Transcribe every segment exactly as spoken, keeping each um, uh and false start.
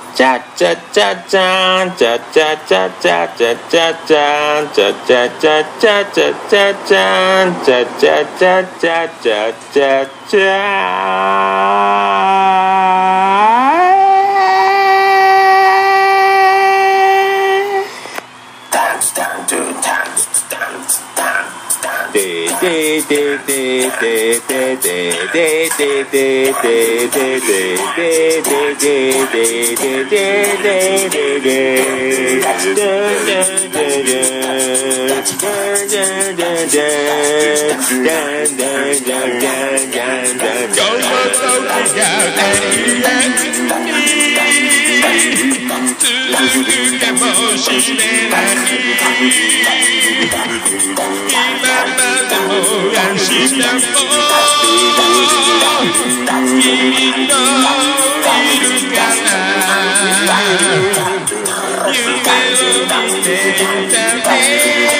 じゃじゃじゃじゃんじゃじゃじゃじゃじゃじゃじゃんじゃじゃじゃじゃじゃじゃじゃんじゃじゃじゃじゃじゃじゃじゃでででででででででででででで安心的梦，君のいるから夢を見ていたね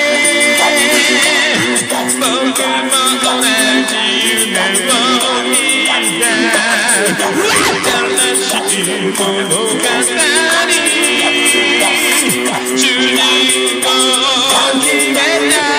僕も同じ夢を見た悲しい物語主人公を決めた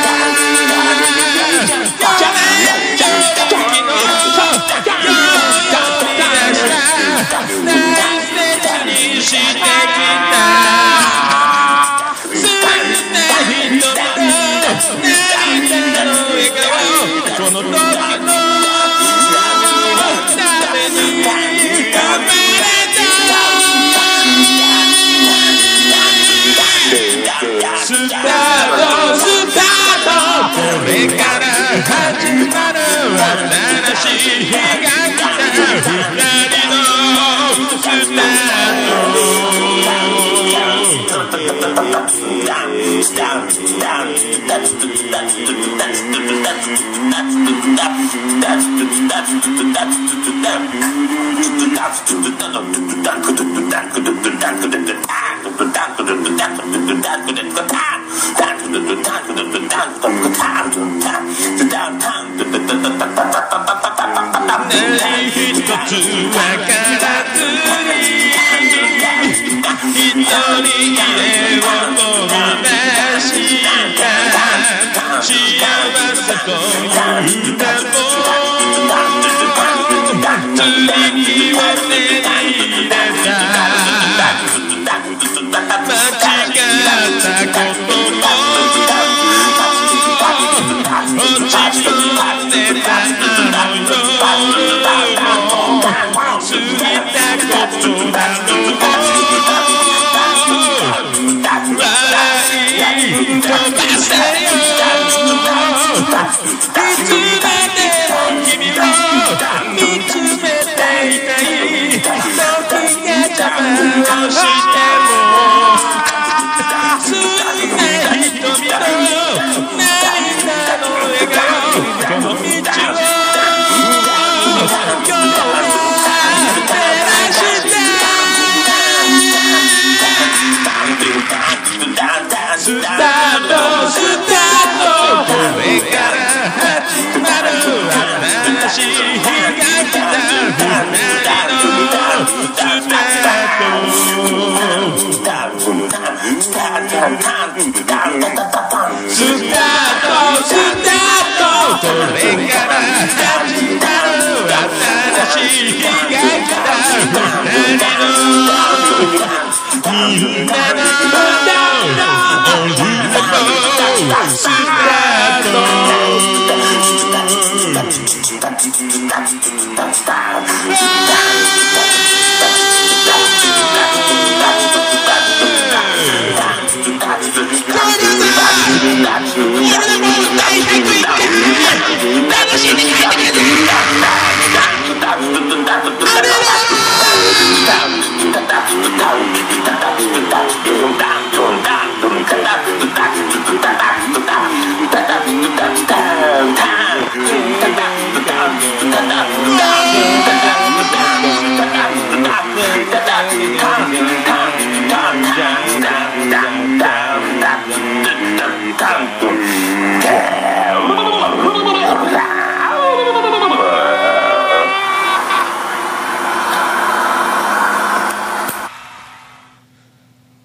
Down, down, down, down, down, down, down, down, down, down, down,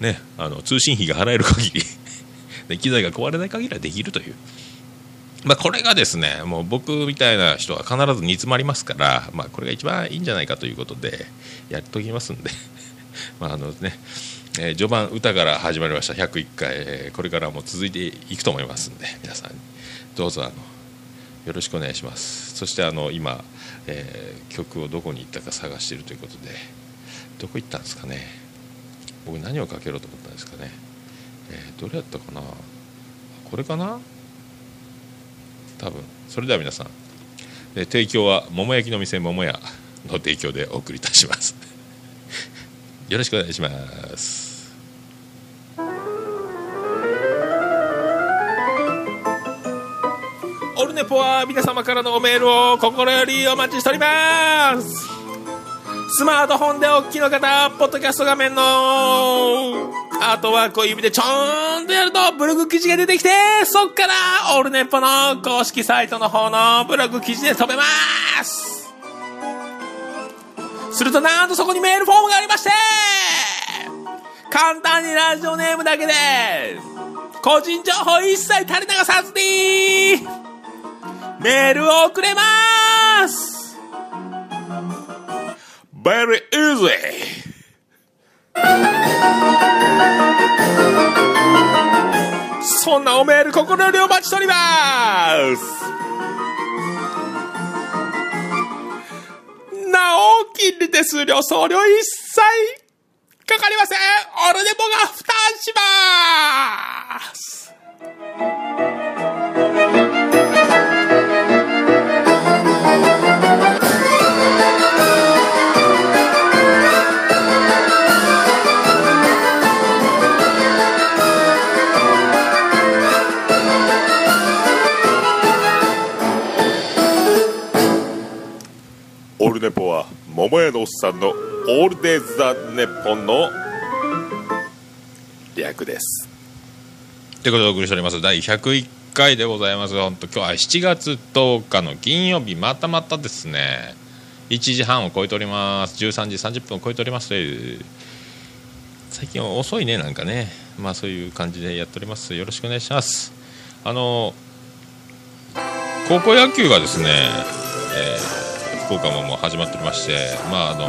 ね、あの通信費が払える限りで機材が壊れない限りはできるという、まあ、これがですねもう僕みたいな人は必ず煮詰まりますから、まあ、これが一番いいんじゃないかということでやっときますんでまああのね、えー、序盤歌から始まりましたひゃくいっかい、えー、これからも続いていくと思いますんで皆さんどうぞあのよろしくお願いします。そしてあの今、えー、曲をどこに行ったか探しているということで、どこ行ったんですかね。僕何をかけろうと思ったんですかね、えー、どれやったかな、これかな多分。それでは皆さん、えー、提供は桃焼きの店桃屋の提供でお送りいたしますよろしくお願いします。オルネポは皆様からのメールを心よりお待ちしております。スマートフォンでお聞きの方、ポッドキャスト画面のアートワークを指でちょーんとやるとブログ記事が出てきて、そっからオールネポの公式サイトの方のブログ記事で飛べます。するとなんとそこにメールフォームがありまして、簡単にラジオネームだけで個人情報一切垂れ流さずにメールを送れます。 Very easy。 そんなおメール心よりお待ちしております。なお金利手数料送料一切かかりません。オルネポが負担します。オルネポは桃屋のおっさんのオールデイズ・ザ・ネッポンの略です。ということでお送りしておりますだいひゃくいっかいでございます。本当今日はしちがつとおかの金曜日、またまたですねいちじはんを超えております。じゅうさんじさんじゅっぷんを超えております。最近遅いねなんかね、まあそういう感じでやっております。よろしくお願いします。あの高校野球がですね、えー福岡ももう始まっておりまして、まああの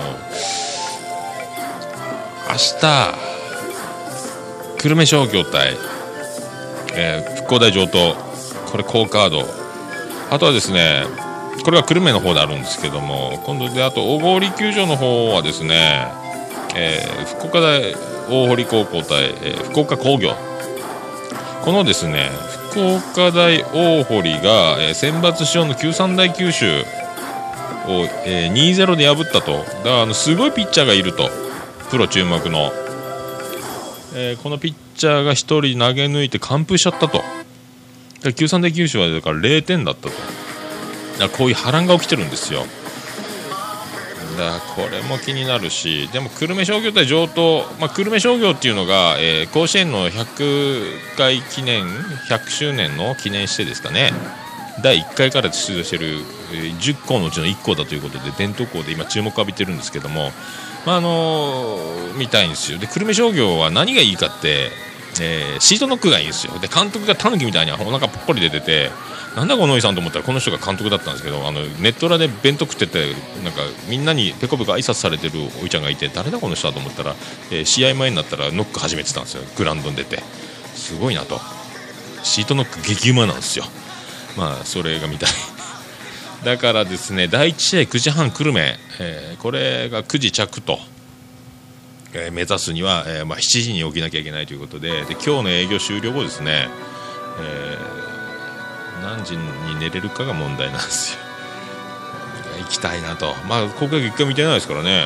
明日久留米商業対、えー、復興大城東、これ好カード。あとはですねこれが久留米の方であるんですけども、今度であと小郡球場の方はですね、えー、福岡大大堀高校対、えー、福岡工業、このですね福岡大大堀が、えー、選抜主将のきゅうさん大九州を、えー、にたいゼロで破ったと。だからあのすごいピッチャーがいると、プロ注目の、えー、このピッチャーがひとり投げ抜いて完封しちゃったと。だきゅうさん大九州はだかられいてんだったと。だからこういう波乱が起きてるんですよ。だからこれも気になるし、でも久留米商業対城東、まあ、久留米商業っていうのが、えー、甲子園のひゃっかい記念ひゃくしゅうねんの記念してですかね、だいいっかいから出場しているじゅっこうのうちのいっこうだということで伝統校で今注目を浴びてるんですけども、まああのー、見たいんですよ。で久留米商業は何がいいかって、えー、シートノックがいいんですよ。で監督がタヌキみたいにお腹ぽっこり出てて、なんだこのおじさんと思ったらこの人が監督だったんですけど、あのネット裏で弁当食っててなんかみんなにペコペコ挨拶されてるおいちゃんがいて、誰だこの人だと思ったら、えー、試合前になったらノック始めてたんですよ。グラウンドに出てすごいなと。シートノック激うまなんですよ。まあそれが見たいだからですねだいいち試合くじはん久留米、えー、これがくじ着と、えー、目指すには、えーまあ、しちじに起きなきゃいけないということで、で今日の営業終了後ですね、えー、何時に寝れるかが問題なんですよ。行きたいなと。まあ高校野球一回見てないですからね、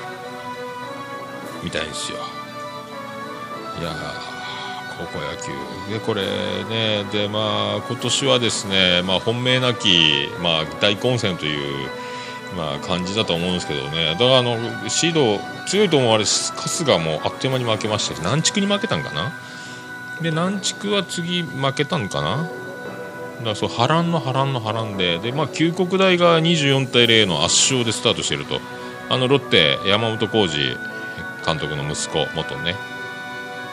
見たいんですよ。いや高校野球でこれね、でまあ今年はですね、まあ、本命なき、まあ、大混戦という、まあ、感じだと思うんですけどね。だからあのシード強いと思われ春日もあっという間に負けましたし、南筑に負けたんかな。で南筑は次負けたんかな。だからそう波乱の波乱の波乱で、で、まあ、九国大がにじゅうよんたいゼロの圧勝でスタートしていると。あのロッテ山本浩二監督の息子元ね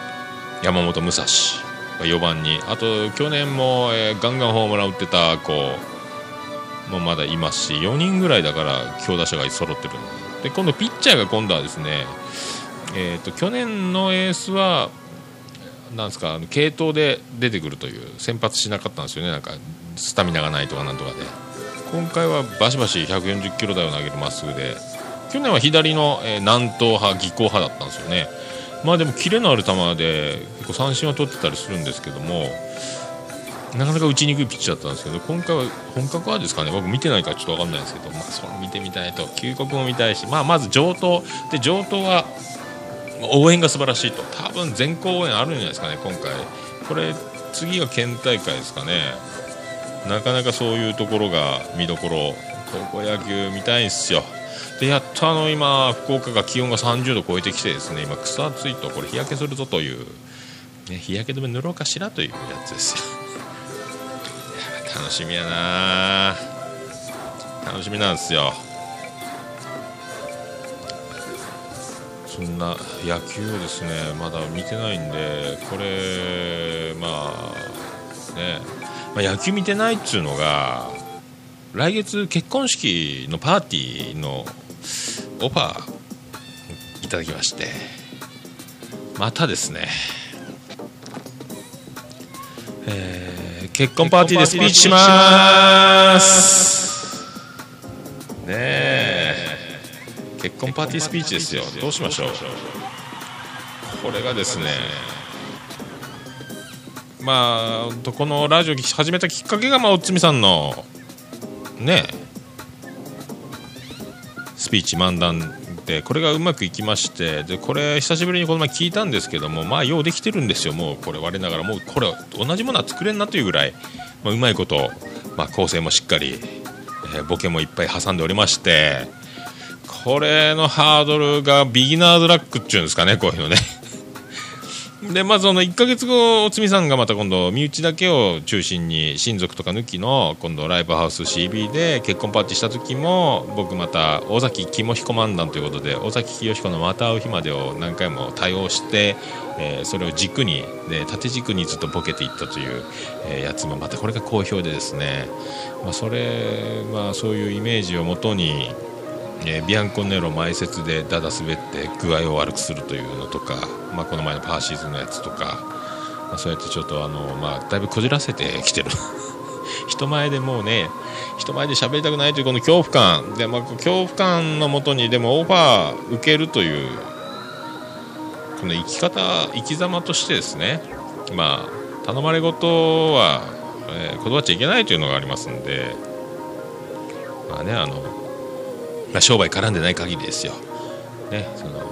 山本武蔵よばんに、あと去年も、えー、ガンガンホームラン打ってた子もまだいますし、よにんぐらいだから強打者が揃ってる。で今度ピッチャーが今度はですね、えー、と去年のエースはなんですか、継投で出てくるという、先発しなかったんですよね。なんかスタミナがないとかなんとかで、今回はバシバシひゃくよんじゅっキロ台を投げるまっすぐで、去年は左の、えー、南東派技巧派だったんですよね。まあでもキレのある球で結構三振は取ってたりするんですけども、なかなか打ちにくいピッチャーだったんですけど、今回は本格派ですかね。僕見てないからちょっと分かんないですけど、まあ、それ見てみたいと、究極も見たいし、まあ、まず上等で、上等は応援が素晴らしいと、多分全校応援あるんじゃないですかね。今回これ次が県大会ですかね。なかなかそういうところが見どころ、高校野球見たいんですよ。でやっとあの今福岡が気温がさんじゅうど超えてきてですね、今草暑いとこれ日焼けするぞという、ね、日焼け止め塗ろうかしらというやつですよ。楽しみやな、楽しみなんですよ。そんな野球をですねまだ見てないんで、これまあね、まあ、野球見てないっつうのが、来月結婚式のパーティーのオファーいただきまして、またですね、えー、結婚パーティーでスピーチしまーすねえ、結婚パーティースピーチですよ。どうしましょう。これがですね、まあこのラジオ始めたきっかけが、まあおつみさんのねスピーチ漫談で、これがうまくいきまして、でこれ久しぶりにこの前聞いたんですけども、まあようできてるんですよ。もうこれ我ながら、もうこれ同じものは作れんなというぐらい、まあ、うまいこと、まあ、構成もしっかり、えー、ボケもいっぱい挟んでおりまして、これのハードルがビギナーズラックっていうんですかね、こういうのね。でまずそのいっかげつご、おつみさんがまた今度身内だけを中心に親族とか抜きの今度ライブハウス シービー で結婚パーティーした時も、僕また尾崎肝彦漫談ということで、尾崎清彦のまた会う日までを何回も対応して、えー、それを軸にで縦軸にずっとボケていったという、えー、やつもまたこれが好評でですね、まあ、それ、まあ、そういうイメージをもとに、えー、ビアンコネロ前説でダダ滑って具合を悪くするというのとか、まあ、この前のパーシーズンのやつとか、まあ、そうやってちょっとあの、まあ、だいぶこじらせてきてる人前でもうね、人前で喋りたくないというこの恐怖感で、まあ、恐怖感のもとにでもオファー受けるというこの生き方、生き様としてですね、まあ頼まれ事は、えー、断っちゃいけないというのがありますんで、まあね、あのまあ、商売絡んでない限りですよ、ね、そのま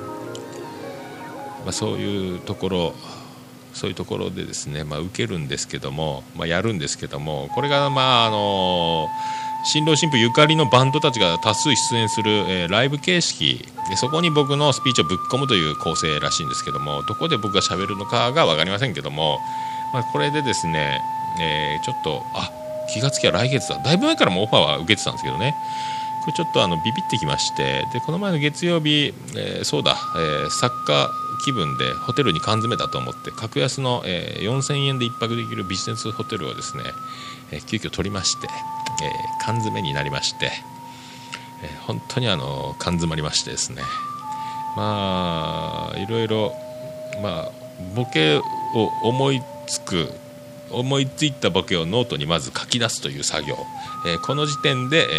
あ、そういうところそういうところでですね、まあ、受けるんですけども、まあ、やるんですけども、これがまああの新郎新婦ゆかりのバンドたちが多数出演する、えー、ライブ形式で、そこに僕のスピーチをぶっ込むという構成らしいんですけども、どこで僕が喋るのかが分かりませんけども、まあ、これでですね、えー、ちょっとあ気がつきは来月だ、だいぶ前からもオファーは受けてたんですけどね、これちょっとあのビビってきまして、でこの前の月曜日、えー、そうだ、えー、作家気分でホテルに缶詰だと思って格安の、えー、よんせんえんで一泊できるビジネスホテルをですね、えー、急遽取りまして、えー、缶詰になりまして、えー、本当にあの缶詰まりましてですね、まあいろいろ、まあ、ボケを思いつく思いついたボケをノートにまず書き出すという作業、えー、この時点で、えー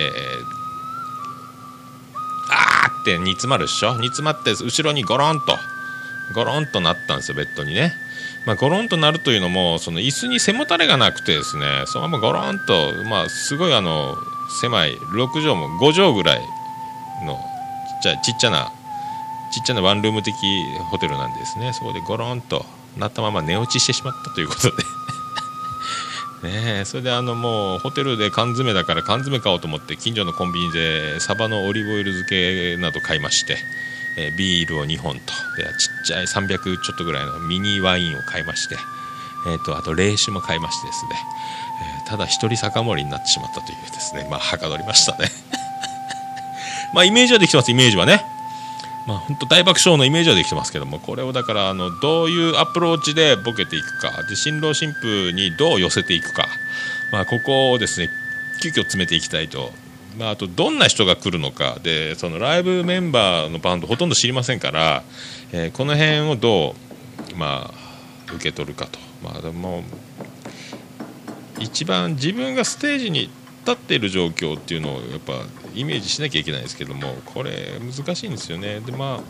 あーって煮詰まるっしょ。煮詰まって後ろにゴロンとゴロンとなったんですよ、ベッドにね。まあ、ゴロンとなるというのも、その椅子に背もたれがなくてですね、そのままゴロンと、まあ、すごいあの狭いろくじょうもごじょうぐらいのちっちゃいちっちゃなちっちゃなワンルーム的ホテルなんですね。そこでゴロンとなったまま寝落ちしてしまったということでねえ、それであのもうホテルで缶詰だから缶詰買おうと思って近所のコンビニでサバのオリーブオイル漬けなど買いまして、えー、ビールをにほんとでちっちゃいさんびゃくちょっとぐらいのミニワインを買いまして、えー、とあと冷酒も買いましてですね、えー、ただ一人酒盛りになってしまったというですね、まあはかどりましたねまあイメージはできてます、イメージはね。 まあ本当大爆笑のイメージはできてますけども、これをだからあのどういうアプローチでボケていくかで、新郎新婦にどう寄せていくか、まあ、ここをですね急遽詰めていきたいと。まあ、あとどんな人が来るのかで、そのライブメンバーのバンドほとんど知りませんから、えー、この辺をどう、まあ、受け取るかと。まあ、でも一番自分がステージに立っている状況っていうのをやっぱイメージしなきゃいけないですけども、これ難しいんですよね。でまあ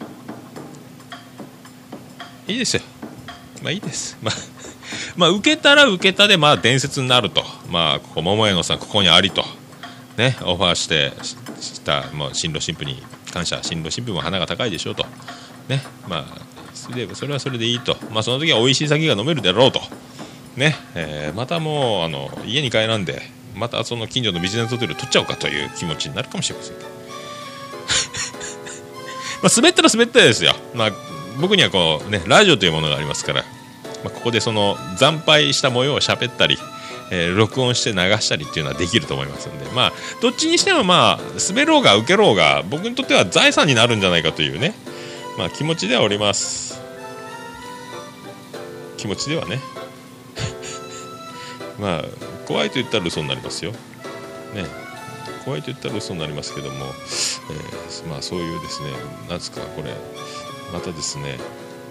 いいですよ、まあいいです、まあまあ受けたら受けたでまあ伝説になると。まあここ桃江野さんここにありとね、オファーしてした、まあ、新郎新婦に感謝、新郎新婦も花が高いでしょうとね、まあそれでそれはそれでいいと。まあその時は美味しい酒が飲めるだろうとね、えー、またもうあの家に帰らんでまたその近所のビジネスホテル取っちゃおうかという気持ちになるかもしれませんまあ滑ったら滑ったですよ。まあ僕にはこうねラジオというものがありますから、まあ、ここでその惨敗した模様を喋ったり、えー、録音して流したりっていうのはできると思いますんで、まあどっちにしてもまあ滑ろうが受けろうが僕にとっては財産になるんじゃないかというね、まあ気持ちではおります。気持ちではねまあ怖いと言ったら嘘になりますよね。怖いと言ったら嘘になりますけども、えー、まあそういうですね、なんですかこれまたですね、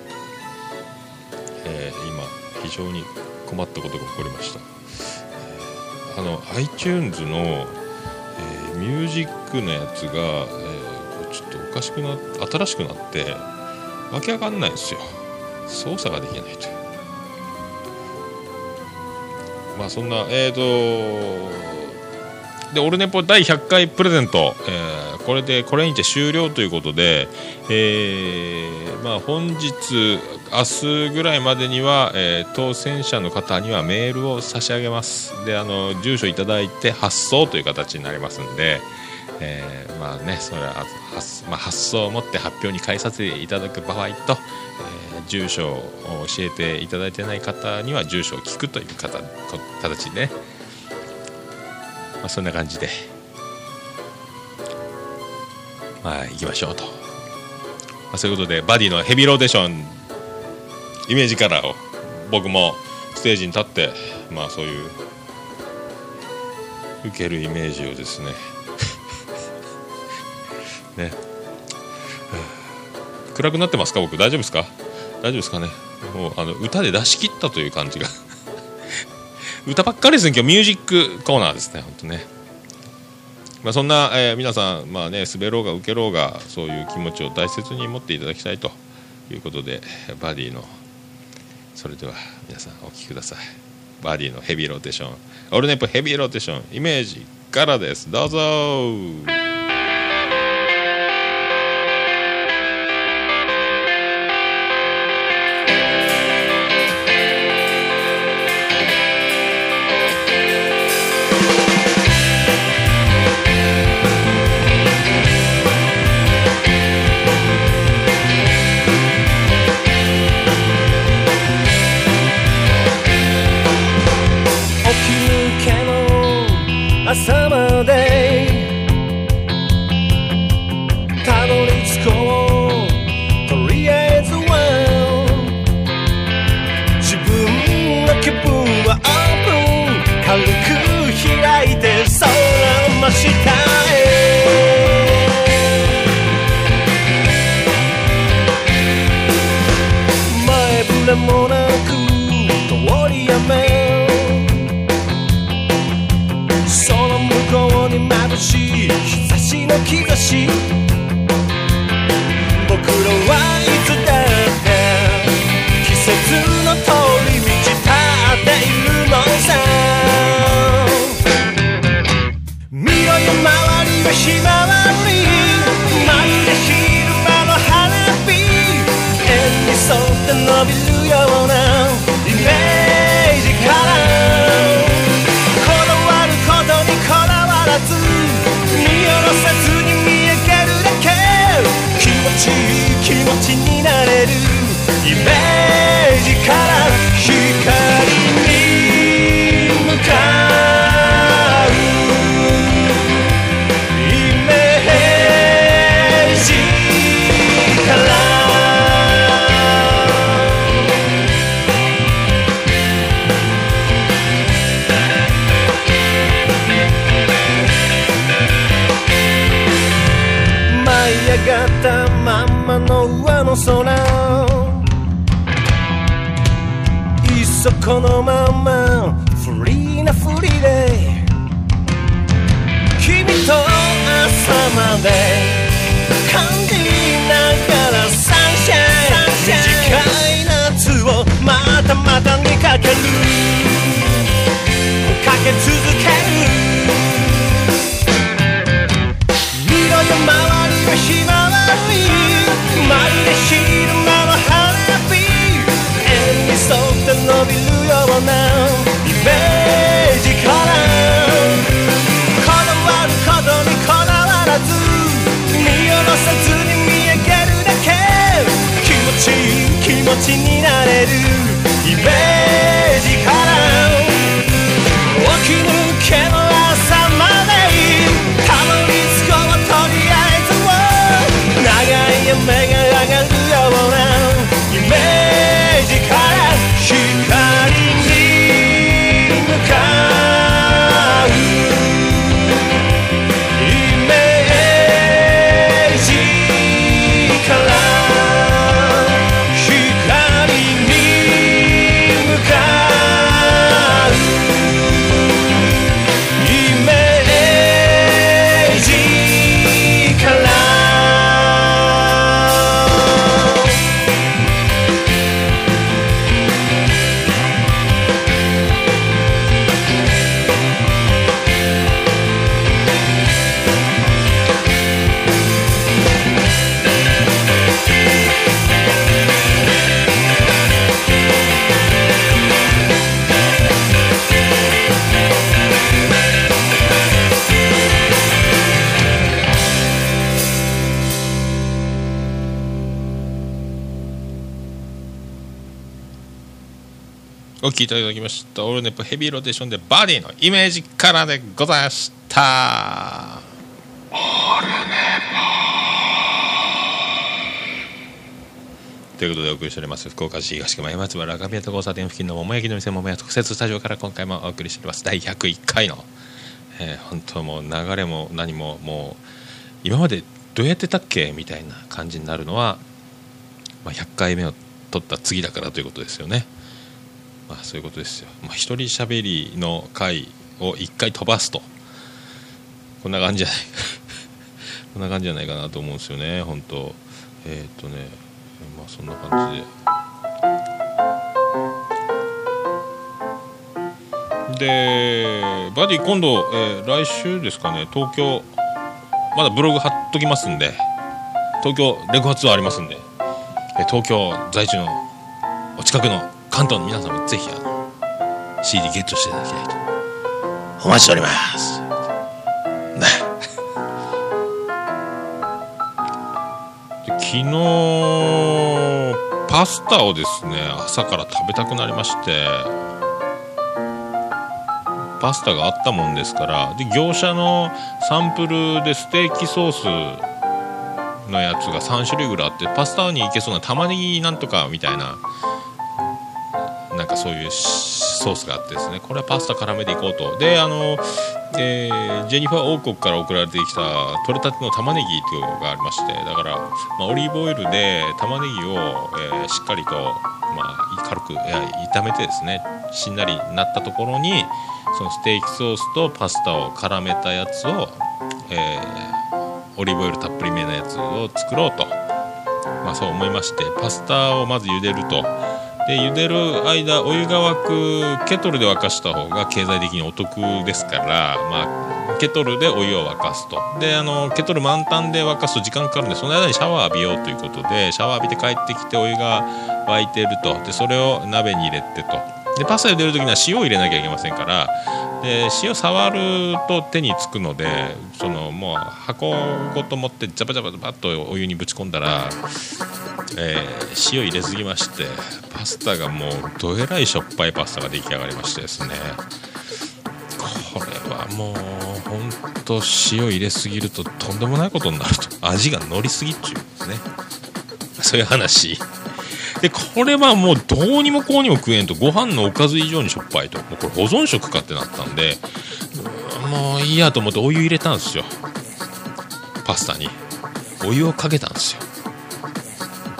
えー、今非常に困ったことが起こりました。あの iTunes の、えー、ミュージックのやつが、えー、ちょっとおかしくなっ新しくなってわけわかんないんですよ。操作ができないという。まあそんなえーとでオルネポだいひゃっかいプレゼント、えー、これでこれにて終了ということで、えー、まあ本日明日ぐらいまでには、えー、当選者の方にはメールを差し上げます。であの住所いただいて発送という形になりますんで、えー、まあねそれは 発,、まあ、発送をもって発表に返させていただく場合と、えー、住所を教えていただいてない方には住所を聞くという形でね、まあ、そんな感じでまあ行きましょうと、まあ、そういうことでバディのヘビーローテーションイメージカラーを僕もステージに立ってまあそういう受けるイメージをですねね暗くなってますか僕大丈夫ですか大丈夫ですかね。もうあの歌で出し切ったという感じが歌ばっかりですね今日。ミュージックコーナーですね本当ね。まあそんな、えー、皆さんまあね滑ろうが受けろうがそういう気持ちを大切に持っていただきたいということでバディのそれでは皆さんお聴きください。バディのヘビーローテーションオルネポヘビーローテーションイメージからです。どうぞ。 朝までたどり着こうとりあえずは自分の気分はオープン軽く開いて空真下へ前触れもなく通り雨その向こうに眩しい日差しの兆し僕らはいつだって季節の通り道立っているのさ。見ろよ周りはひまわりまるで昼間の花火円に沿って伸びるようなイメージから見下ろさずに見えてるだけ気持ちいい気持ちになれるイメージから光に向かうイメージ上の空いっそこのままフリーなふりで君と朝まで感じながらサンシャイン短い夏をまたまたにかけるかけ続ける見ろよ周りはひまわりまるで昼間の花火円に沿って伸びるようなイメージからこだわることにこだわらず見下ろさずに見上げるだけ気持ちいい気持ちになれるイメージから起き抜けの朝までたどり着こうとりあえずを長い夢が上がるようなイメージから光に向かうイメージから光に向かうイメージからお聴きいただきましたオールネップヘビーローテーションでバディのイメージカラーでございました。オールネポということでお送りしております福岡市東区前松原赤宮と交差点付近の桃焼きの店桃屋特設スタジオから今回もお送りしておりますだいひゃくいっかいの、えー、本当もう流れも何ももう今までどうやってたっけみたいな感じになるのは、まあ、ひゃっかいめを取った次だからということですよね。まあ、そういうことですよ。まあ、一人喋りの回を一回飛ばすとこんな感じじゃないこんな感じじゃないかなと思うんですよね本当。えー、っとねまあそんな感じででバディ今度、えー、来週ですかね東京まだブログ貼っときますんで東京レコ発ツアーありますんで、えー、東京在住のお近くの関東の皆さんもぜひあの シーディー ゲットしていただきたいとお待ちしておりますねで昨日パスタをですね朝から食べたくなりましてパスタがあったもんですからで業者のサンプルでステーキソースのやつがさん種類ぐらいあってパスタにいけそうな玉ねぎなんとかみたいななんかそういうソースがあってですねこれはパスタ絡めていこうとであの、えー、ジェニファー王国から送られてきた取れたての玉ねぎというのがありましてだから、まあ、オリーブオイルで玉ねぎを、えー、しっかりと、まあ、軽くいや炒めてですねしんなりなったところにそのステーキソースとパスタを絡めたやつを、えー、オリーブオイルたっぷりめのやつを作ろうと、まあ、そう思いましてパスタをまず茹でるとで茹でる間お湯が沸くケトルで沸かした方が経済的にお得ですから、まあ、ケトルでお湯を沸かすとであのケトル満タンで沸かすと時間かかるんでその間にシャワー浴びようということでシャワー浴びて帰ってきてお湯が沸いてるとでそれを鍋に入れてとでパスタ茹でる時には塩を入れなきゃいけませんからで塩触ると手につくのでそのもう箱ごと持ってジャバジャババッとお湯にぶち込んだら、えー、塩入れすぎましてパスタがもうどえらいしょっぱいパスタが出来上がりましてですねこれはもうほんと塩入れすぎるととんでもないことになると味が乗りすぎっちゅうんですねそういう話でこれはもうどうにもこうにも食えんとご飯のおかず以上にしょっぱいともうこれ保存食かってなったんでもういいやと思ってお湯入れたんですよパスタにお湯をかけたんですよ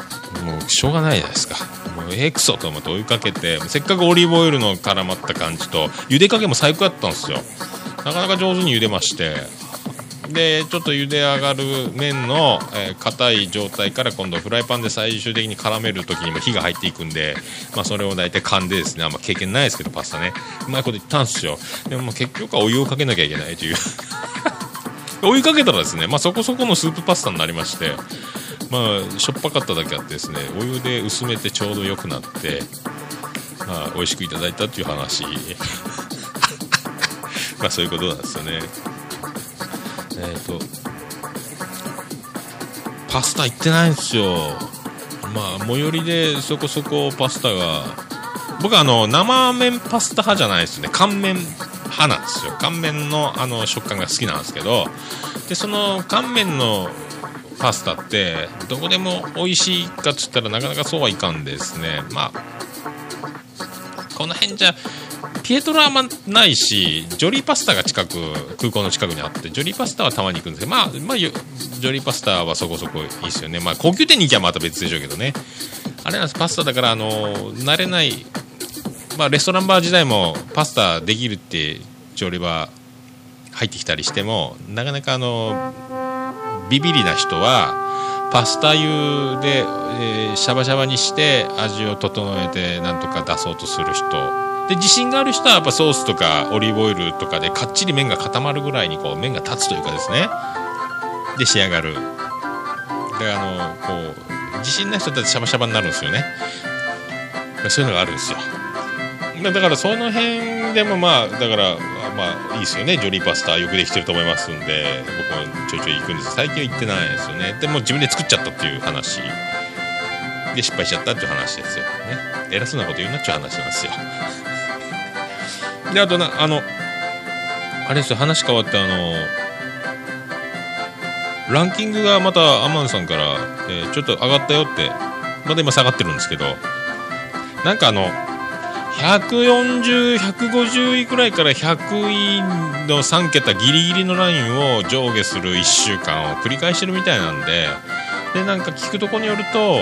もうしょうがないじゃないですか。もうエクソと思って追いかけて、せっかくオリーブオイルの絡まった感じと茹で加減も最高だったんですよ。なかなか上手に茹でまして、でちょっと茹で上がる麺の硬、えー、い状態から今度フライパンで最終的に絡める時にも火が入っていくんで、まあ、それを大体勘でですね、あんま経験ないですけどパスタねうまいこと言ったんですよ。でも結局はお湯をかけなきゃいけないというお湯かけたらですね、まあ、そこそこのスープパスタになりまして、まあ、しょっぱかっただけあってですね、お湯で薄めてちょうど良くなって、まあ、美味しくいただいたっていう話まあそういうことなんですよね。えーとパスタ行ってないんですよ。まあ最寄りでそこそこパスタが、僕はあの生麺パスタ派じゃないですね、乾麺派なんですよ。乾麺のあの食感が好きなんですけど、でその乾麺のパスタってどこでも美味しいかっつったらなかなかそうはいかんですね。まあこの辺じゃピエトロはあんまないし、ジョリーパスタが近く空港の近くにあって、ジョリーパスタはたまに行くんですけど、まあ、まあ、ジョリーパスタはそこそこいいですよね。まあ高級店に行きゃまた別でしょうけどね。あれなんです、パスタだからあの慣れない、まあレストランバー時代もパスタできるって調理場入ってきたりしても、なかなかあのビビリな人はパスタ湯で、えー、シャバシャバにして味を整えてなんとか出そうとする人で、自信がある人はやっぱソースとかオリーブオイルとかでかっちり麺が固まるぐらいにこう麺が立つというかですね、で仕上がる。であのこう自信ない人だってシャバシャバになるんですよね。そういうのがあるんですよ。だからその辺でもまあだからまあいいですよね。ジョリーパスタよくできてると思いますんで、僕もちょいちょい行くんです。最近は行ってないですよね。でも自分で作っちゃったっていう話で失敗しちゃったっていう話ですよね。偉そうなこと言うなっちゃう話なんですよ。であとなあのあれですよ、話変わってあのランキングがまたアマンさんから、えー、ちょっと上がったよって、まだ今下がってるんですけど、なんかあのひゃくよんじゅう、ひゃくごじゅういくらいからひゃくいのさん桁ギリギリのラインを上下するいっしゅうかんを繰り返してるみたいなんで、でなんか聞くとこによると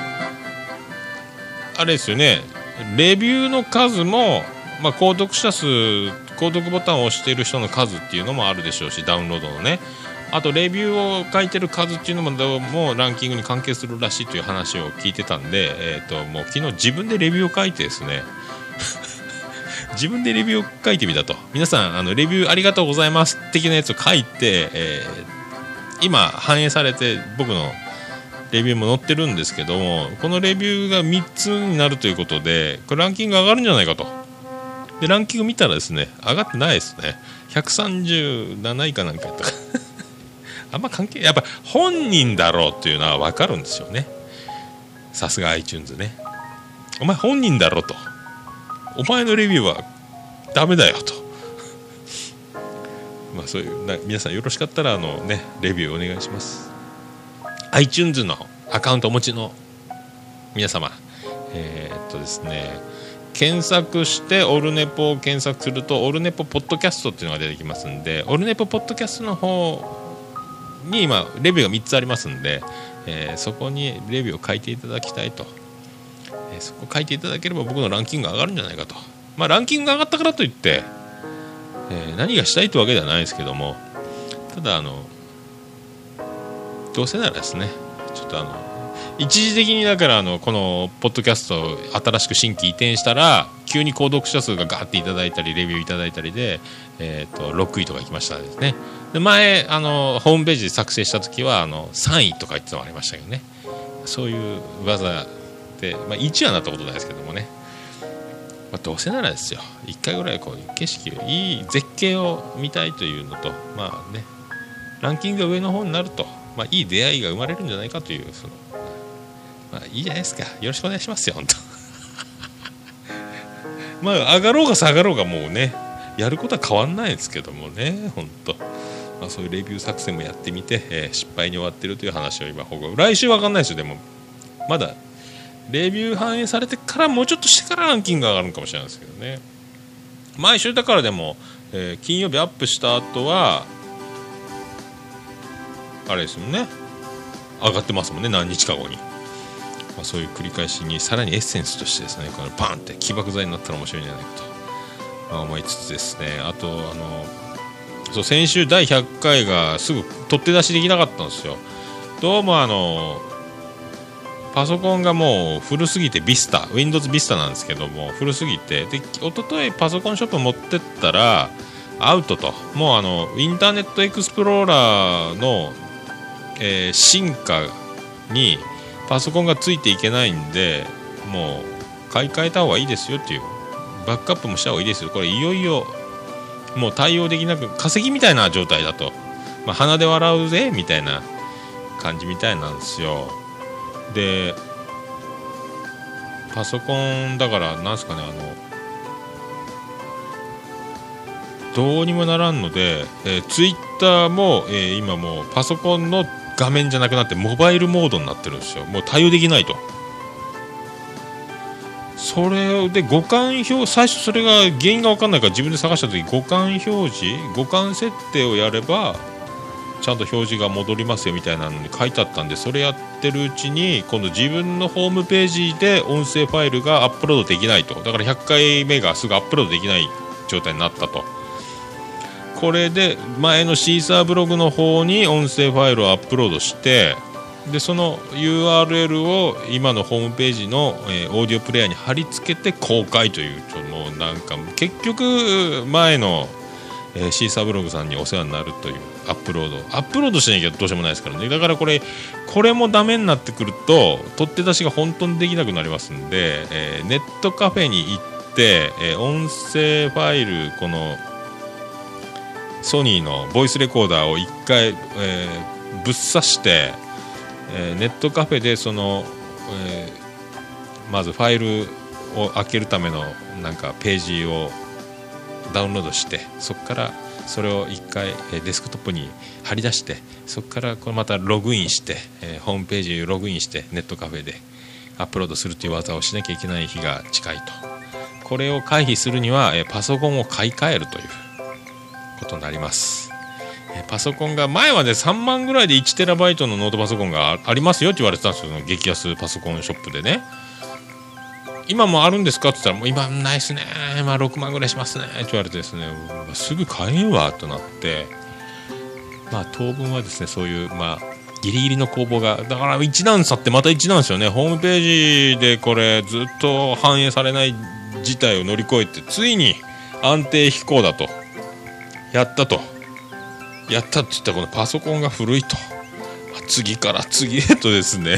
あれですよね、レビューの数も、まあ、購読者数、購読ボタンを押している人の数っていうのもあるでしょうし、ダウンロードのね、あとレビューを書いてる数っていうのもどうもランキングに関係するらしいという話を聞いてたんで、えーと、もう昨日自分でレビューを書いてですね自分でレビューを書いてみたと。皆さんあのレビューありがとうございます的なやつを書いて、えー、今反映されて僕のレビューも載ってるんですけども、このレビューがみっつになるということで、これランキング上がるんじゃないかと。でランキング見たらですね、上がってないですね。ひゃくさんじゅうなないかなんかやったかあんま関係、やっぱ本人だろうっていうのは分かるんですよね。さすが iTunes ね。お前本人だろうと、お前のレビューはダメだよとまあそういうな、皆さんよろしかったらあのねレビューお願いします。 iTunes のアカウントお持ちの皆様、えー、っとですね検索してオルネポを検索するとオルネポポッドキャストっていうのが出てきますんで、オルネポポッドキャストの方に今レビューがみっつありますんで、えー、そこにレビューを書いていただきたいと、えー、そこ書いていただければ僕のランキングが上がるんじゃないかと。まあランキングが上がったからといって、えー、何がしたいってわけではないですけども、ただあのどうせならですね、ちょっとあの一時的にだからあのこのポッドキャストを新しく新規移転したら急に購読者数がガーっていただいたりレビューいただいたりで、えー、とろくいとかいきましたですね。で前あのホームページで作成した時はあのさんいとか言ってたのありましたけどね、そういう技で、まあ、いちはなったことないですけどもね、まあ、どうせならですよいっかいぐらいこう景色をいい絶景を見たいというのと、まあねランキングが上の方になると、まあ、いい出会いが生まれるんじゃないかという、そのまあいいじゃないですか。よろしくお願いしますよ本当まあ上がろうが下がろうがもうねやることは変わんないですけどもね、本当、まあ、そういうレビュー作戦もやってみて、えー、失敗に終わってるという話を今報告。来週わかんないですよ。でもまだレビュー反映されてからもうちょっとしてからランキングが上がるのかもしれないですけどね。毎週だからでも、えー、金曜日アップした後はあれですもんね、上がってますもんね、何日か後に。 まあ、そういう繰り返しにさらにエッセンスとしてですね、このバンって起爆剤になったら面白いんじゃないかと、まあ、思いつつですね、あとあのそう先週だいひゃっかいがすぐ取って出しできなかったんですよ。どうもあのパソコンがもう古すぎて、ビスタ Windows ビスタなんですけども古すぎて、で一昨日パソコンショップ持ってったらアウトと、もうあのインターネットエクスプローラーの、えー、進化にパソコンがついていけないんで、もう買い替えた方がいいですよっていう、バックアップもした方がいいですよ、これいよいよもう対応できなく、化石みたいな状態だと、まあ、鼻で笑うぜみたいな感じみたいなんですよ。でパソコンだからなんすかね、あのどうにもならんので、えー、ツイッターも、えー、今もうパソコンの画面じゃなくなってモバイルモードになってるんですよ。もう対応できないと。それで互換表、最初それが原因が分かんないから自分で探した時、互換表示互換設定をやればちゃんと表示が戻りますよみたいなのに書いてあったんで、それやってるうちに今度自分のホームページで音声ファイルがアップロードできないと。だからひゃっかいめがすぐアップロードできない状態になったと。これで前のシーサーブログの方に音声ファイルをアップロードして、でその ユーアールエル を今のホームページの、えー、オーディオプレイヤーに貼り付けて公開という、ちょもうなんか結局前の、えー、シーサーブログさんにお世話になるという、アップロードアップロードしなきゃどうしようもないですからね。だからこれこれもダメになってくると取って出しが本当にできなくなりますんで、えー、ネットカフェに行って、えー、音声ファイル、このソニーのボイスレコーダーをいっかい、えー、ぶっ刺して、えー、ネットカフェでその、えー、まずファイルを開けるためのなんかページをダウンロードして、そこからそれをいっかい、えー、デスクトップに貼り出して、そこからこれまたログインして、えー、ホームページにログインしてネットカフェでアップロードするという技をしなきゃいけない日が近いと。これを回避するには、えー、パソコンを買い替えるということになります。えー、パソコンが前はねさんまんぐらいでいちテラバイトのノートパソコンが あ, ありますよって言われてたんですよ、激安パソコンショップでね。今もあるんですかって言ったら、もう今ないですね、まあ、ろくまんぐらいしますねって言われてですね、すぐ買えんわとなって、まあ当分はですねそういうまあギリギリの攻防が、だから一段差ってまた一段ですよね。ホームページでこれずっと反映されない事態を乗り越えて、ついに安定飛行だと、やったとやったって言ったら、このパソコンが古いと、次から次へとですね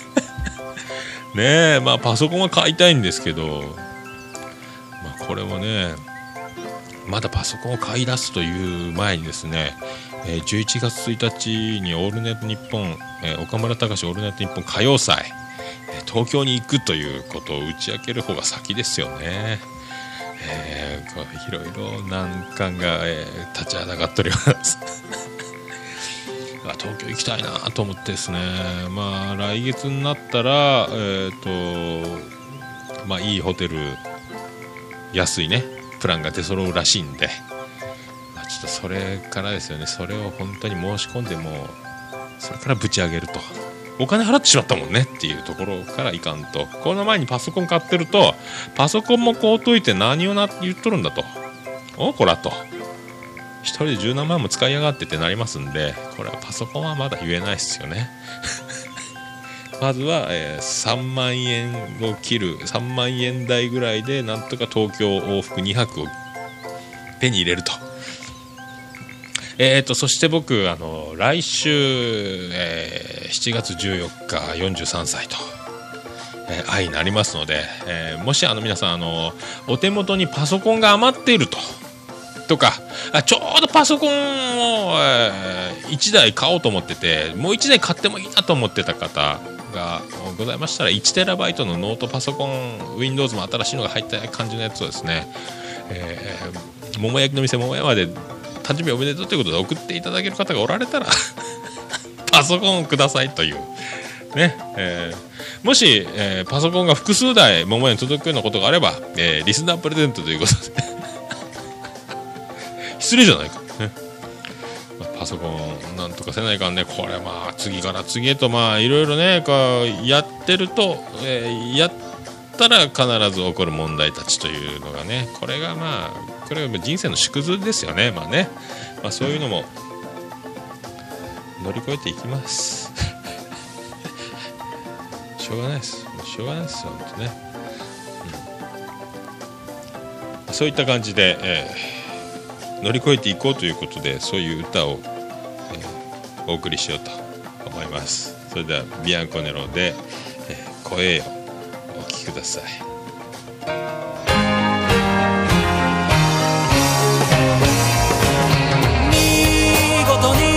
ねえ、まあパソコンは買いたいんですけど、まあこれもねまだパソコンを買い出すという前にですね、えー、じゅういちがつついたちにオールナイトニッポン、えー、岡村隆史オールナイトニッポン歌謡祭、えー、東京に行くということを打ち明ける方が先ですよね。えー、こういろいろ難関が、えー、立ちはだかっております東京行きたいなと思ってですね、まあ来月になったら、えーとまあ、いいホテル安いねプランが出揃うらしいんで、まあ、ちょっとそれからですよね。それを本当に申し込んでもそれからぶち上げると、お金払ってしまったもんねっていうところからいかんと。この前にパソコン買ってると、パソコンも買うといて何をな言っとるんだと、おこらと一人でじゅうなんまんも使いやがってってなりますんで、これはパソコンはまだ言えないですよねまずは、えー、さんまんえんを切るさんまんえん台ぐらいでなんとか東京往復にはくを手に入れると。えーとそして僕あの来週、えー、しちがつじゅうよっかよんじゅうさんさいと、えー、愛になりますので、えー、もしあの皆さんあのお手元にパソコンが余っているととか、あちょうどパソコンを、えー、いちだい買おうと思ってて、もういちだい買ってもいいなと思ってた方がございましたら、いちテラバイトのノートパソコン Windows も新しいのが入った感じのやつをですね、えー、桃焼きの店桃山で誕生日おめでとうということで送っていただける方がおられたらパソコンをくださいというね、えー、もし、えー、パソコンが複数台桃屋に届くようなことがあれば、えー、リスナープレゼントということで失礼じゃないか、ね、 パソコンなんとかせないかんね。これまあ次から次へとまあいろいろねこうやってると、えー、やったら必ず起こる問題たちというのがね、これがまあこれが人生の縮図ですよね。まあね、まあ、そういうのも乗り越えていきますしょうがないですしょうがないですよ本当ね、うん、そういった感じで、えー、乗り越えていこうということでそういう歌を、えー、お送りしようと思います。それではビアンコネロで、えー、声よお聴きください。 見事に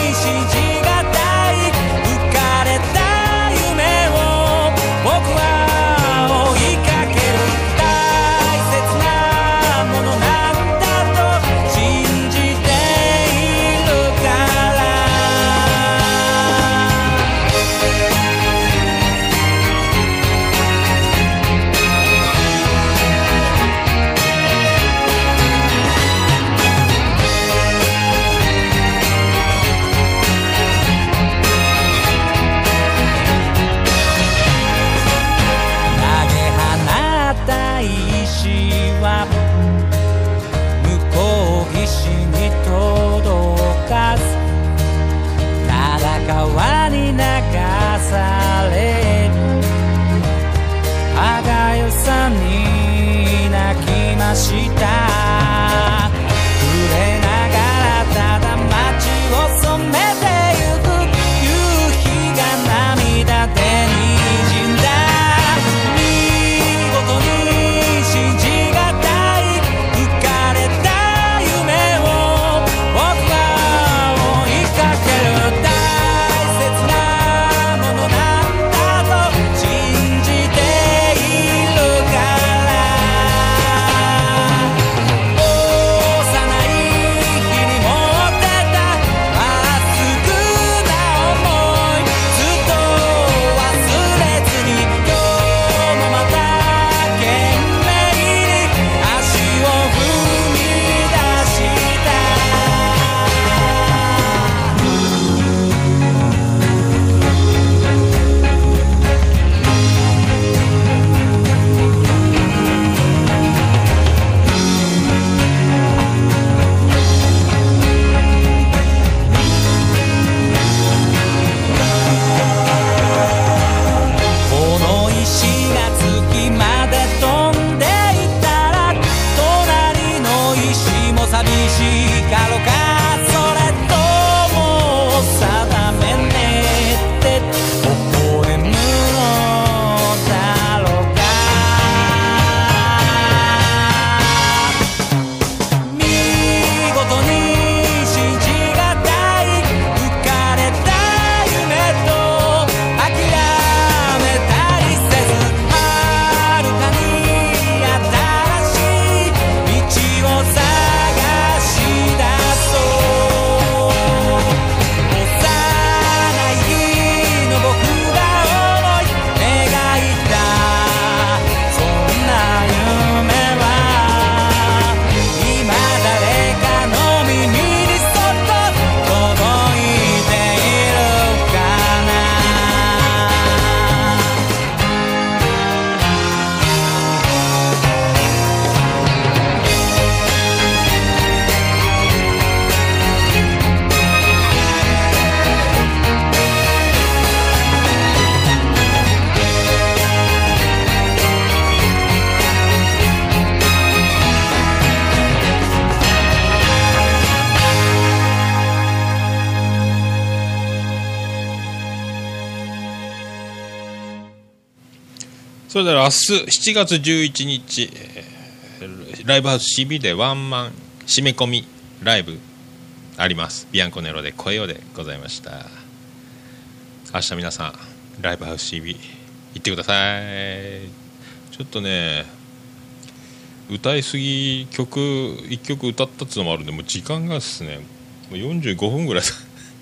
それでは明日しちがつじゅういちにち、えー、ライブハウス シービー でワンマン締め込みライブあります。ビアンコネロで声よでございました。明日皆さんライブハウス シービー 行ってください。ちょっとね歌いすぎ曲いっきょく歌ったっつうのもあるんでもう時間がですねもうよんじゅうごふんぐらい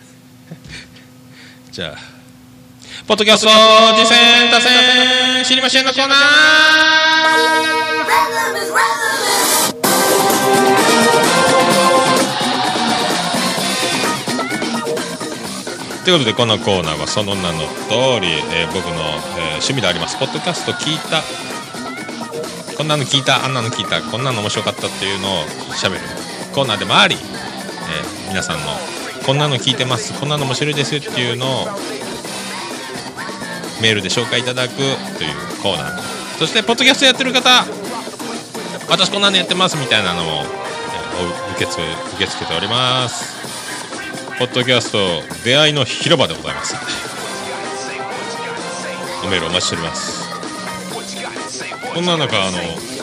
じゃあポッドキャスト次戦打線知りませんのコーナー。 ということでこのコーナーはその名の通り、えー、僕の、えー、趣味でありますポッドキャスト聞いた、こんなの聞いた、あんなの聞いた、こんなの面白かったっていうのを喋るコーナーでもあり、えー、皆さんのこんなの聞いてます、こんなの面白いですっていうのをメールで紹介いただくというコーナー、そしてポッドキャストやってる方、私こんなのやってますみたいなのも、えー、受け付け、受け付けております。ポッドキャスト出会いの広場でございます。おメールお待ちしております。こんな中、あの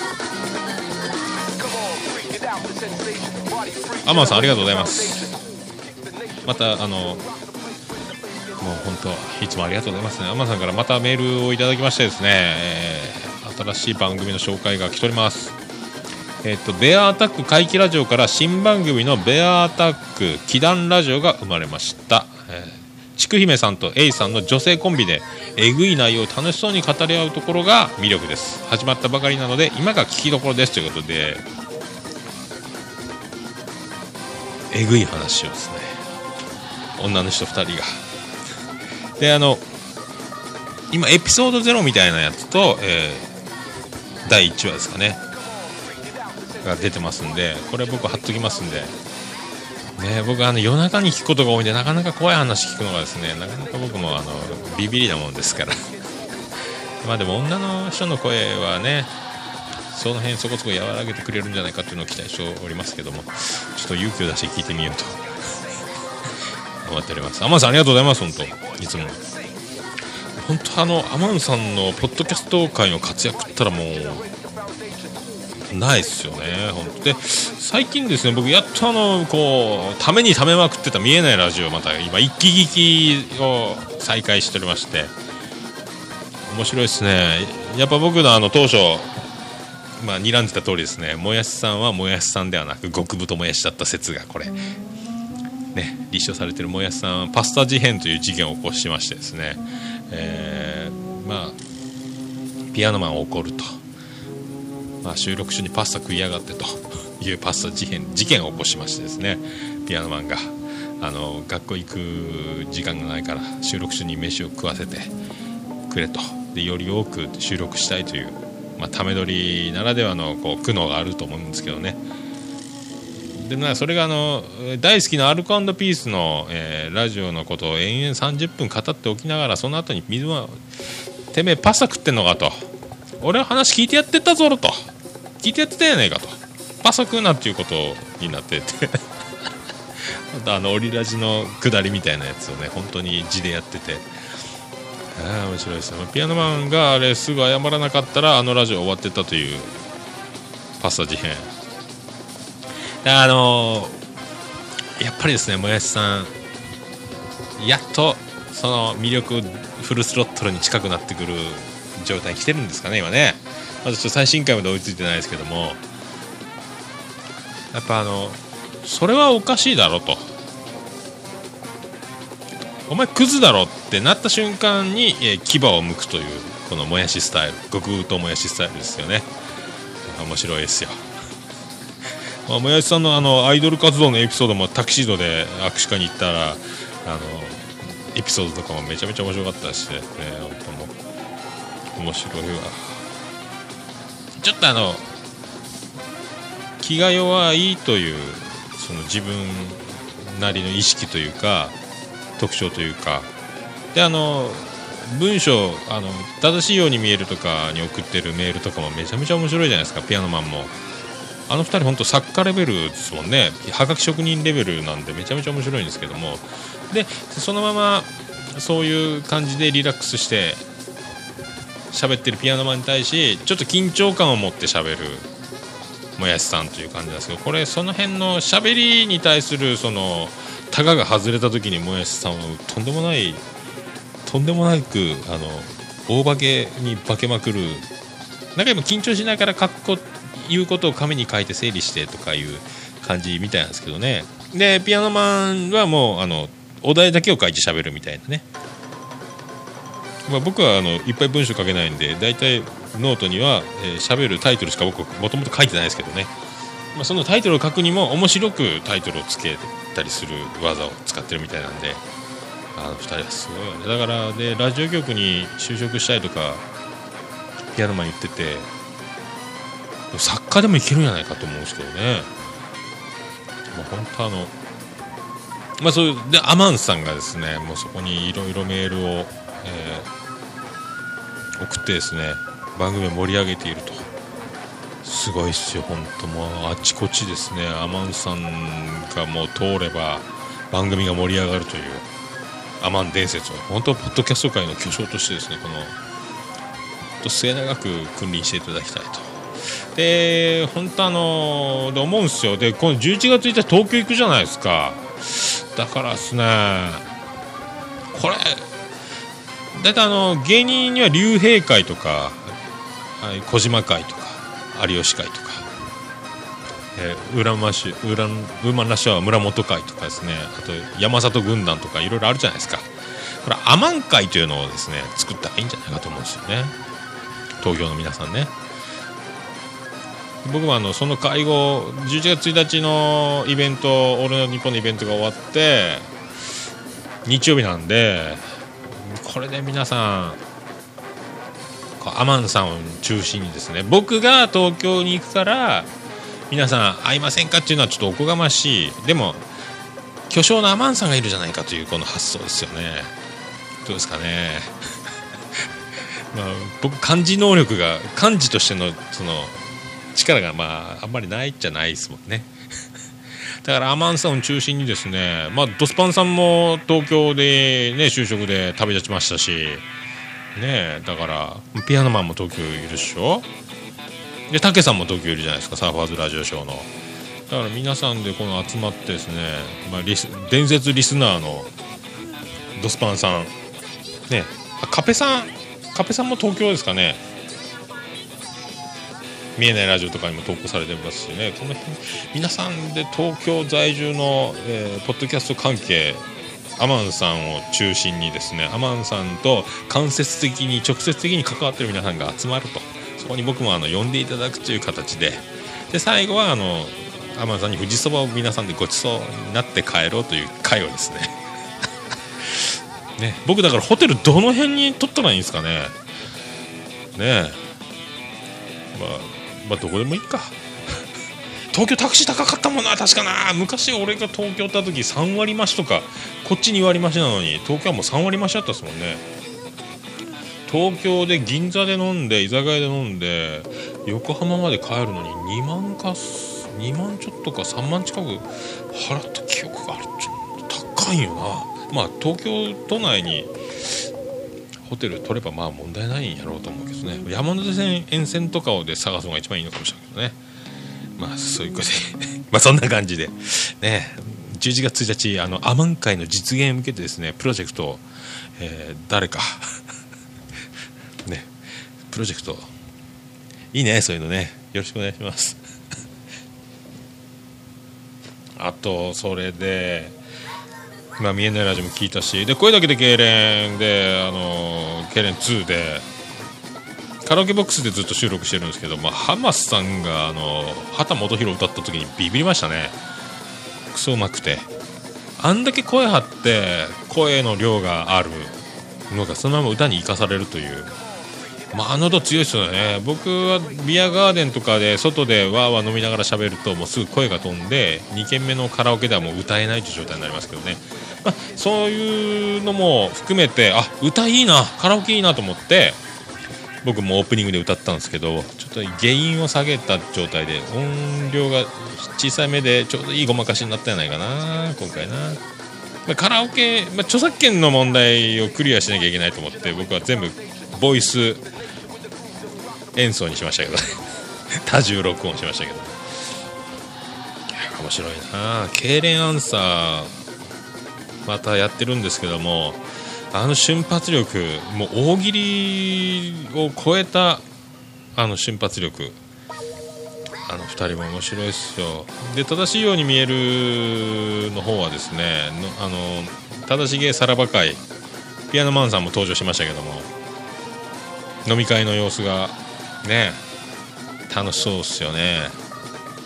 アマンさんありがとうございます。またあのもう本当いつもありがとうございますね。アマンさんからまたメールをいただきましてですね、えー、新しい番組の紹介が来ております。えっとベアアタック怪奇ラジオから新番組のベアアタック奇談ラジオが生まれました。えー、ちくひめさんとエイさんの女性コンビでえぐい内容を楽しそうに語り合うところが魅力です。始まったばかりなので今が聞きどころですということで、えぐい話をですね、女の人ふたりがで、あの今エピソードゼロみたいなやつと、えー、だいいちわですかねが出てますんで、これ僕貼っときますんでね。僕あの夜中に聞くことが多いんでなかなか怖い話聞くのがですね、なかなか僕もあのビビりなもんですからまあでも女の人の声はね、その辺そこそこ和らげてくれるんじゃないかっていうのを期待しておりますけども、ちょっと勇気を出して聞いてみようと思っております。アマンさんありがとうございます。本当いつも本当あのアマンさんのポッドキャスト界の活躍ったらもうないっすよね。本当で最近ですね、僕やっとあのこうためにためまくってた見えないラジオまた今一気聞きを再開しておりまして、面白いですね。やっぱ僕のあの当初まあ睨んでた通りですね、もやしさんはもやしさんではなく極太もやしだった説がこれね立証されてる。もやしさんはパスタ事変という事件を起こしましてですね、えー、まあピアノマンを怒ると、まあ、収録中にパスタ食いやがってというパスタ事変事件を起こしましてですね、ピアノマンがあの学校行く時間がないから収録中に飯を食わせてくれと、でより多く収録したいという、まあ、ため撮りならではのこう苦悩があると思うんですけどね。でなそれがあの大好きなアルコ&ピースの、えー、ラジオのことを延々さんじゅっぷん語っておきながら、その後に水はてめえパスタ食ってんのかと、俺は話聞いてやってたぞろと、聞いてやってたやねえかと、パスタ食うなっていうことになっててまたあのオリラジの下りみたいなやつをね本当に字でやってて、あ面白いですよ。ピアノマンがあれすぐ謝らなかったらあのラジオ終わってたというパスタ事変。あのー、やっぱりですね、もやしさんやっとその魅力フルスロットルに近くなってくる状態に来てるんですかね今ね。まずちょっと最新回まで追いついてないですけども、やっぱあのそれはおかしいだろと、お前クズだろってなった瞬間に、えー、牙を剥くというこのもやしスタイル、極太もやしスタイルですよね。面白いですよ。まあ、もやしさんのあのアイドル活動のエピソードもタキシードで握手会に行ったらあのエピソードとかもめちゃめちゃ面白かったしね、本当も面白いわ。ちょっとあの気が弱いというその自分なりの意識というか特徴というかで、あの文章あの正しいように見えるとかに送ってるメールとかもめちゃめちゃ面白いじゃないですか。ピアノマンもあのふたり本当作家レベルですもんね。はがき職人レベルなんでめちゃめちゃ面白いんですけども、でそのままそういう感じでリラックスして喋ってるピアノマンに対しちょっと緊張感を持って喋るもやしさんという感じなんですけど、これその辺の喋りに対するそのタガが外れた時にもやしさんはとんでもないとんでもなくあの大化けに化けまくる。なんか今緊張しながらかっこ言うことを紙に書いて整理してとかいう感じみたいなんですけどね。でピアノマンはもうあのお題だけを書いて喋るみたいなね。まあ、僕はあのいっぱい文章書けないんでだいたいノートにはえー、喋るタイトルしか僕もともと書いてないですけどね、まあ、そのタイトルを書くにも面白くタイトルをつけたりする技を使ってるみたいなんで、 あのふたりはすごいよね。だからでラジオ局に就職したいとかピアノマン言ってて、作家でもいけるんじゃないかと思うんですけどね。もう本当あのまあそういうでアマンさんがですね、もうそこにいろいろメールを、えー、送ってですね、番組を盛り上げていると。すごいっすよ本当。もうあちこちですね、アマンさんがもう通れば番組が盛り上がるというアマン伝説を本当ポッドキャスト界の巨匠としてですね、このと末永く君臨していただきたいと。で本当あので思うんですよ。でこのじゅういちがつついたち東京行くじゃないですか。だからですね、これだいたいあの芸人には竜兵会とか、はい、小島会とか有吉会とか、えー、ウラマシウランウーマンラッシュは村本会とかですね、あと山里軍団とかいろいろあるじゃないですか。これアマン会というのをですね作ったらいいんじゃないかと思うんですよね、東京の皆さんね。僕もあのその会合じゅういちがつついたちのイベント、オールナイトニッポンのイベントが終わって日曜日なんで、これで皆さんアマンさんを中心にですね、僕が東京に行くから皆さん会いませんかっていうのはちょっとおこがましい。でも巨匠のアマンさんがいるじゃないかというこの発想ですよね。どうですかねまあ僕漢字能力が漢字としてのその力がまああんまりないっちゃないですもんねだからアマンさんを中心にですね、まあドスパンさんも東京でね就職で旅立ちましたしね、だからピアノマンも東京いるでしょ。でタケさんも東京いるじゃないですか、サーファーズラジオショーの。だから皆さんでこの集まってですね、まあ、リス伝説リスナーのドスパンさんね、カペさんカペさんも東京ですかね。見えないラジオとかにも投稿されてますしね、この辺皆さんで東京在住の、えー、ポッドキャスト関係アマンさんを中心にですね、アマンさんと間接的に直接的に関わっている皆さんが集まると、そこに僕もあの呼んでいただくという形で、で最後はあのアマンさんに富士そばを皆さんでごちそうになって帰ろうという会をですねね、僕だからホテルどの辺に取ったらいいんですかね。ねえ、まあまあどこでもいいか東京タクシー高かったもんな、確かな。昔俺が東京行った時さんわり増しとか、こっちにわり増しなのに東京はもうさんわり増しだったですもんね。東京で銀座で飲んで居酒屋で飲んで横浜まで帰るのににまんかにまんちょっとかさんまん近く払った記憶がある。ちょっと高いよな。まあ東京都内にホテル取ればまあ問題ないんやろうと思うけどね。山手線沿線とかをで探すのが一番いいのかもしれないけどね。まあそういうことでまあそんな感じでね、じゅういちがつついたちあのアマン会の実現に向けてですね、プロジェクトを、えー、誰かね、プロジェクトいいね、そういうのね、よろしくお願いしますあとそれでまあ見えないラジオも聞いたし、で声だけで痙攣であの痙攣ツーでカラオケボックスでずっと収録してるんですけど、まあ、ハマスさんがあの畑基博歌った時にビビりましたね。クソうまくて、あんだけ声張って声の量があるのがそのまま歌に生かされるという、まあ、あの音強いですよね。僕はビアガーデンとかで外でわーわー飲みながら喋るともうすぐ声が飛んでにけんめのカラオケではもう歌えないという状態になりますけどね、まあ、そういうのも含めて、あ、歌いいな、カラオケいいなと思って僕もオープニングで歌ったんですけど、ちょっと原因を下げた状態で音量が小さめでちょうどいいごまかしになったんじゃないかな今回な。まあ、カラオケ、まあ、著作権の問題をクリアしなきゃいけないと思って僕は全部ボイス演奏にしましたけど多重録音しましたけど、いや面白いな。痙攣アンサーまたやってるんですけども、あの瞬発力、もう大喜利を超えたあの瞬発力、あのふたりも面白いですよ。で正しいように見えるの方はですね、のあの正しげさらば会ピアノマンさんも登場しましたけども、飲み会の様子がね楽しそうですよね。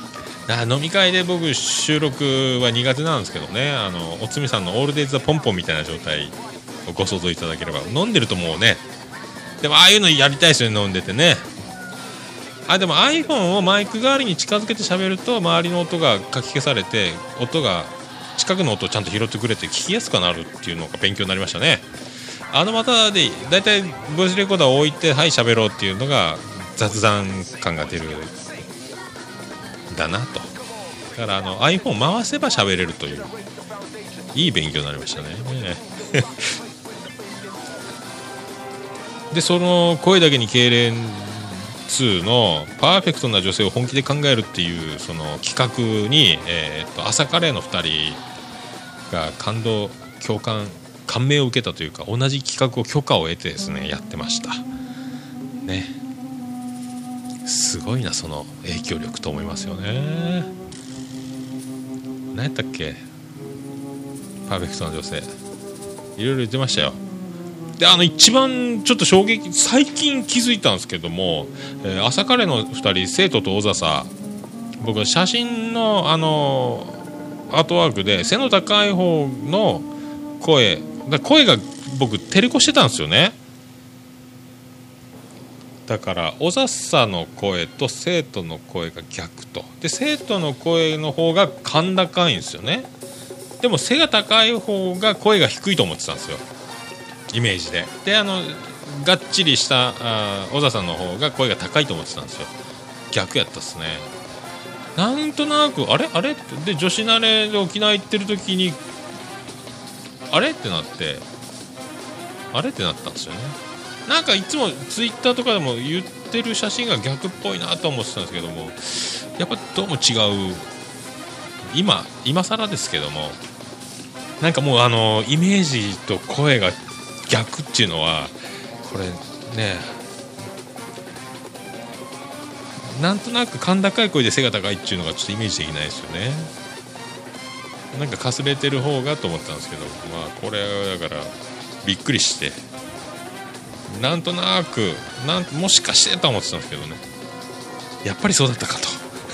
あ飲み会で僕収録は苦手なんですけどね、あのおつみさんのオールデイズ・ザ・ポンポンみたいな状態をご想像いただければ、飲んでるともうね、でもああいうのやりたいですよね、飲んでてね。あでも iPhone をマイク代わりに近づけて喋ると周りの音がかき消されて、音が近くの音をちゃんと拾ってくれて聞きやすくなるっていうのが勉強になりましたね。あのまたでだいたいボイスレコーダーを置いてはい喋ろうっていうのが雑談感が出るんだなと。だからあの iPhone 回せば喋れるといういい勉強になりましたねでその声だけに痙攣にのパーフェクトな女性を本気で考えるっていうその企画に、えー、と朝カレーのふたりが感動共感感銘を受けたというか、同じ企画を許可を得てですねやってましたね。すごいなその影響力と思いますよね。何やったっけ、パーフェクトな女性いろいろ言ってましたよ。であの一番ちょっと衝撃、最近気づいたんですけども、えー、朝カレーのふたり、生徒と小笹、僕写真のあのアートワークで背の高い方の声だ、声が僕テレコしてたんですよね。だから小笹の声と生徒の声が逆と、で生徒の声の方が甲高いんですよね。でも背が高い方が声が低いと思ってたんですよ、イメージで。であのがっちりしたあ小笹の方が声が高いと思ってたんですよ。逆やったっすね。なんとなくあれあれで女子慣れで沖縄行ってる時にあれってなってあれってなったんですよね。なんかいつもツイッターとかでも言ってる写真が逆っぽいなと思ってたんですけども、やっぱどうも違う、今今更ですけども、なんかもうあのイメージと声が逆っていうのはこれね、なんとなく甲高い声で背が高いっていうのがちょっとイメージできないですよね。なんかかすれてる方がと思ったんですけど、まあこれはだからびっくりして、なんとなくなんもしかしてと思ってたんですけどね、やっぱりそうだったかと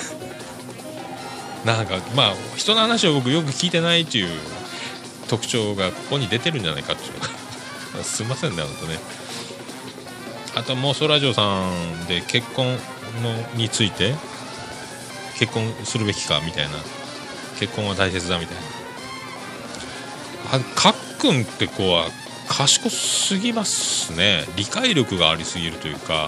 なんかまあ人の話を僕よく聞いてないという特徴がここに出てるんじゃないかっていうのがすいませんね、本当ね。あと妄想ラジオさんで結婚のについて、結婚するべきかみたいな、結婚は大切だみたいな、あかっくんって子は賢すぎますね。理解力がありすぎるというか、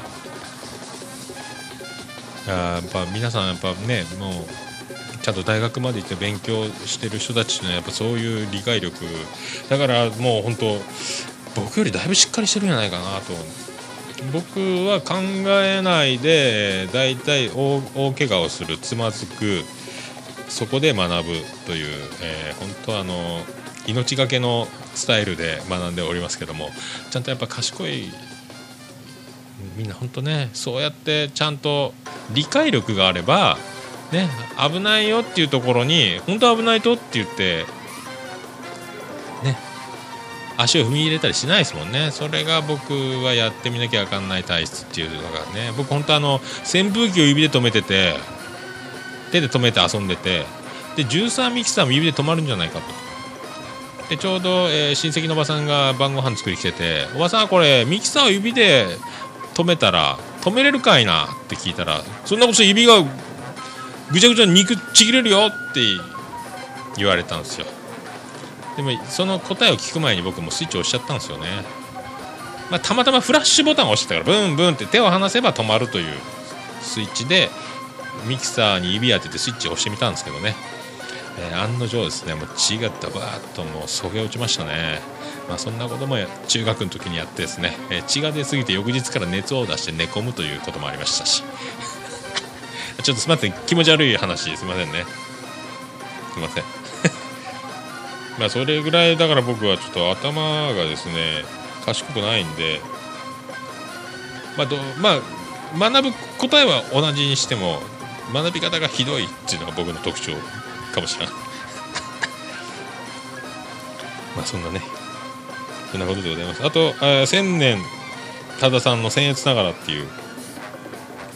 やっぱ皆さんやっぱね、もうちゃんと大学まで行って勉強してる人たちのやっぱそういう理解力だから、もう本当僕よりだいぶしっかりしてるんじゃないかなと。僕は考えないでだいたい 大, 大怪我をする、つまずく、そこで学ぶという、えー、本当あの命がけのスタイルで学んでおりますけども、ちゃんとやっぱ賢いみんな本当ね、そうやってちゃんと理解力があればね、危ないよっていうところに本当危ないとって言ってね、足を踏み入れたりしないですもんね。それが僕はやってみなきゃ分かんない体質っていうのがね、僕本当あの扇風機を指で止めてて、手で止めて遊んでて、でジューサーミキサーも指で止まるんじゃないかと。でちょうど、えー、親戚のおばさんが晩ご飯作り来てて、おばさんこれミキサーを指で止めたら止めれるかいなって聞いたら、そんなことして指がぐちゃぐちゃ肉ちぎれるよって言われたんですよ。でもその答えを聞く前に僕もスイッチ押しちゃったんですよね。まあ、たまたまフラッシュボタンを押してたからブンブンって手を離せば止まるというスイッチでミキサーに指当ててスイッチを押してみたんですけどね、えー、案の定ですね、もう血がダバーッともうそげ落ちましたね。まあ、そんなことも中学の時にやってですね、えー、血が出すぎて翌日から熱を出して寝込むということもありましたしちょっとすみません、気持ち悪い話すみませんね、すみませんまあそれぐらいだから僕はちょっと頭がですね賢くないんで、まあどまあ学ぶ答えは同じにしても学び方がひどいっていうのが僕の特徴かもしれないまあそんなね、そんなことでございます。あとあ千年多田さんの僭越ながらっていう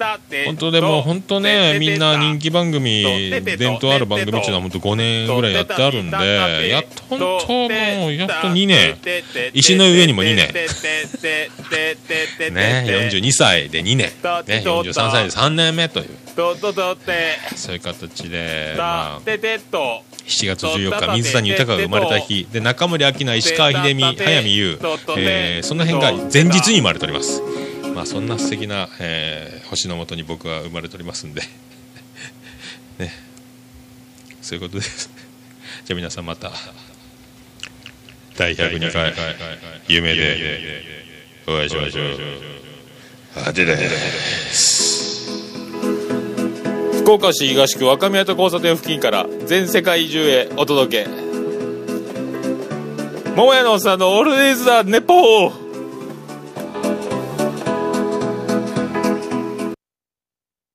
本当でも本当ね、みんな人気番組、伝統ある番組っていうのは本当ごねんぐらいやってあるんで、やっと本当もうやっとにねん、石の上にもにねんね、よんじゅうにさいでにねん、ね、よんじゅうさんさいでさんねんめという、そういう形で、まあ、しちがつじゅうよっか水谷豊が生まれた日で、中森明菜、石川秀美、早見優、えー、その辺が前日に生まれております。まあそんな素敵な、えー、星の下に僕は生まれておりますんでね、そういうことです。じゃあ皆さんまただいひゃくにかい夢でお会いしましょう。あてだです。福岡市東区若宮と交差点付近から全世界中へお届け、桃屋のおっさんのオールディーズ・ザ・ネポー。